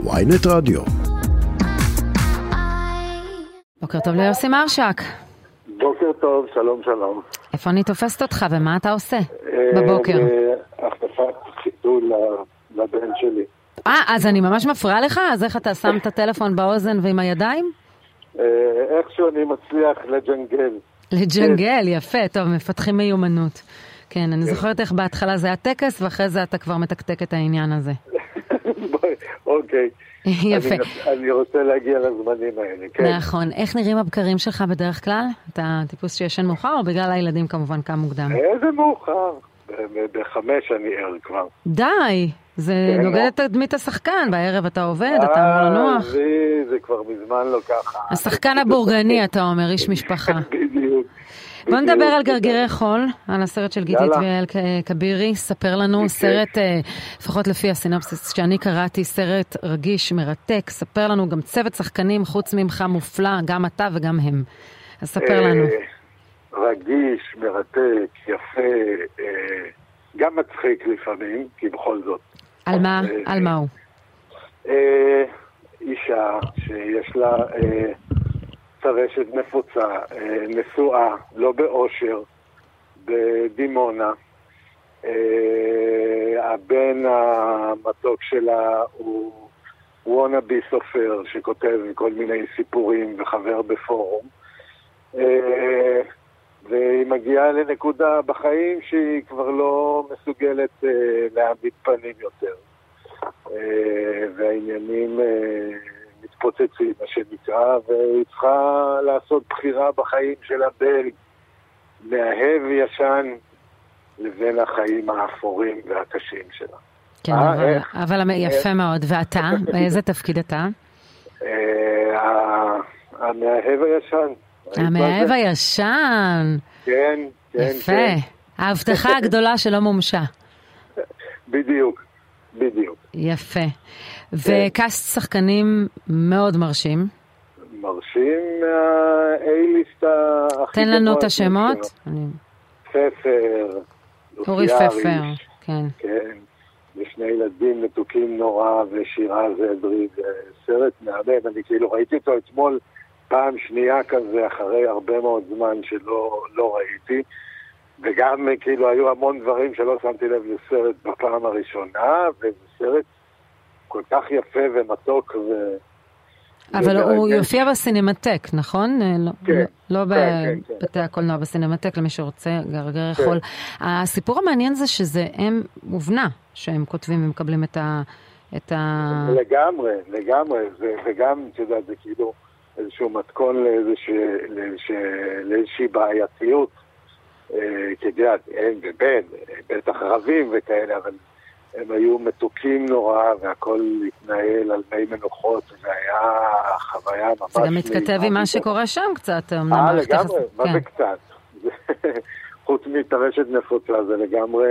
ynet רדיו. בוקר טוב ליוסי מרשק. בוקר טוב, שלום שלום. איפה אני תופסת אותך ומה אתה עושה בבוקר? החטפת חיתול לבן שלי. אז אני ממש מפריעה לך? אז איך אתה שם את הטלפון באוזן ועם הידיים? איכשהו אני מצליח לג'נגל. לג'נגל, יפה, טוב, מפתחים מיומנות. כן, אני זוכרת איך בהתחלה זה הטקס, ואחרי זה אתה כבר מתקתק את העניין הזה. אוקיי. יפה. אני רוצה להגיע לזמנים האלה, כן. נכון. איך נראים הבקרים שלך בדרך כלל? אתה טיפוס שישן מאוחר, או בגלל הילדים כמובן קם מוקדם? איזה מאוחר. ב5 אני ער כבר. די! זה נוגד את תדמית השחקן, בערב אתה עובד, אתה אמור לנוח. זה כבר מזמן לא ככה. השחקן הבורגני, אתה אומר, איש משפחה. בדיוק. בוא נדבר על גרגירי חול, על הסרט של גיתית ואל כבירי. ספר לנו, סרט, לפחות לפי הסינופסיס שאני קראתי, סרט רגיש, מרתק. ספר לנו גם צוות שחקנים חוץ ממך מופלא, גם אתה וגם הם. אז ספר לנו. רגיש, מרתק, יפה, גם מצחיק לפעמים, כי בכל זאת. על מה? על מה הוא? אישה שיש לה צרשת נפוצה, נשואה, לא באושר, בדימונה. הבן המתוק שלה הוא וונאבי סופר, שכותב כל מיני סיפורים וחבר בפורום. והיא מגיעה לנקודה בחיים שהיא כבר לא מסוגלת להעמיד פנים יותר. והעניינים מתפוצצים, מה שנקרא, והיא צריכה לעשות בחירה בחיים שלה בין מאהב ישן לבין החיים האפורים והקשים שלה. כן, אבל יפה מאוד. ואתה? באיזה תפקיד אתה? המאהב הישן. המאהב הישן. כן, כן. יפה. ההבטחה הגדולה שלא מומשה. בדיוק, בדיוק. יפה. וקאסט שחקנים מאוד מרשים. מרשים מהאייליסט הכי... תן לנו את השמות. פפר, אורי פפר, כן. כן. ושני ילדים מתוקים נורא ושירה זדרי. סרט מהמם. אני כאילו ראיתי אותו אתמול פעם שנייה כזה, אחרי הרבה מאוד זמן שלא ראיתי, וגם כאילו היו המון דברים שלא שמתי לב לסרט בפעם הראשונה, וזה סרט כל כך יפה ומתוק. אבל הוא יופיע בסינמטק, נכון? כן. לא בבתי הקולנוע, בסינמטק, למי שרוצה, גרגירי חול. הסיפור המעניין זה שזה הם ובנה, שהם כותבים ומקבלים את ה... לגמרי. וגם, אתה יודע, זה כאילו איזשהו מתכון לאיזושהי בעייתיות, כדי הם ובן, בטח רבים וכאלה, אבל הם היו מתוקים נורא, והכל התנהל על מי מנוחות, וזה היה חוויה ממש... זה גם מתכתב עם מה שקורה שם קצת. לגמרי, מה זה קצת? חוץ מטרשת נפוצה, זה לגמרי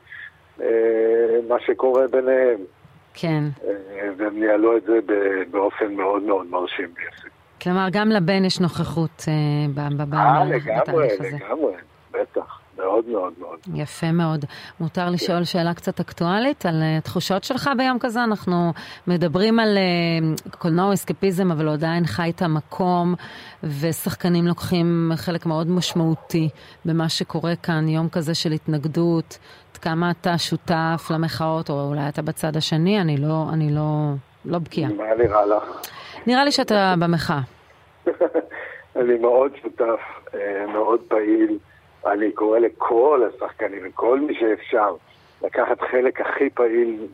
מה שקורה ביניהם. כן. והם ניהלו את זה באופן מאוד מאוד מרשים ויפה. כלומר, גם לבן יש נוכחות בתהליך הזה. לגמרי, בטח. מאוד מאוד מאוד. יפה מאוד. מותר לשאול שאלה קצת אקטואלית על תחושות שלך ביום כזה. אנחנו מדברים על קולנוע אסקפיזם, אבל עדיין חי את המקום, ושחקנים לוקחים חלק מאוד משמעותי במה שקורה כאן, יום כזה של התנגדות. כמה אתה שותף למחאות, או אולי אתה בצד השני, אני לא בקיאה. מה נראה לך? נראה לי שאתה במחאה. אני מאוד שותף, מאוד פעיל. אני קורא לכל השחקנים, לכל מי שאפשר, לקחת חלק הכי פעיל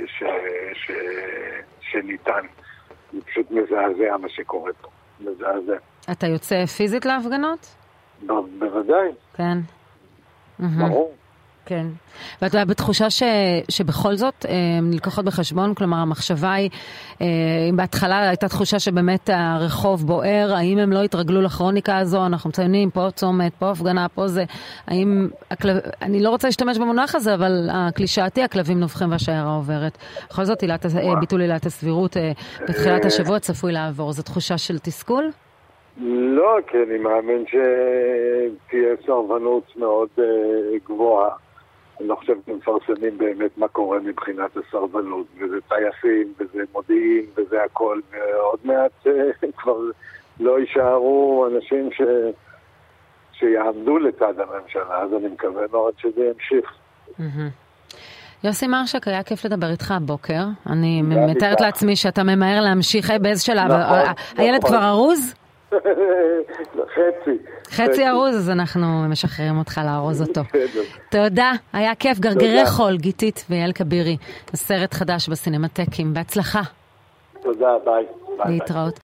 שניתן. זה פשוט מזעזע מה שקורה פה. מזעזע. אתה יוצא פיזית להפגנות? בוודאי. כן. ברור. כן. ואתה בתחושה שבכל זאת נלקחות בחשבון, כלומר המחשבה היא, אם בהתחלה הייתה תחושה שבאמת הרחוב בוער, האם הם לא התרגלו לכרוניקה הזו, אנחנו מציינים פה צומת, פה הפגנה, פה זה, האם, אני לא רוצה להשתמש במונח הזה, אבל הקלישאתי, הכלבים נובחים והשיירה עוברת. בכל זאת, ביטול עילת הסבירות בתחילת השבוע צפוי לעבור. זו תחושה של תסכול? לא, כי אני מאמין שתהיה סרבנות מאוד גבוהה. אני לא חושב שמפרסמים באמת מה קורה מבחינת הסרבנות, וזה טייסים, וזה מודיעין, וזה הכל, ועוד מעט כבר לא יישארו אנשים שיעמדו לצד הממשלה, אז אני מקווה מאוד שזה ימשיך. יוסי מרשק, היה כיף לדבר איתך הבוקר. אני מתארת לעצמי שאתה ממהר להמשיך באיזה שלב. הילד כבר ארוז? חצי ארוז, אז אנחנו משחררים אותך לארוז אותו. תודה, היה כיף. גרגרי חול, גיתית ויעל כבירי. סרט חדש בסינמטקים. בהצלחה. תודה, ביי. להתראות.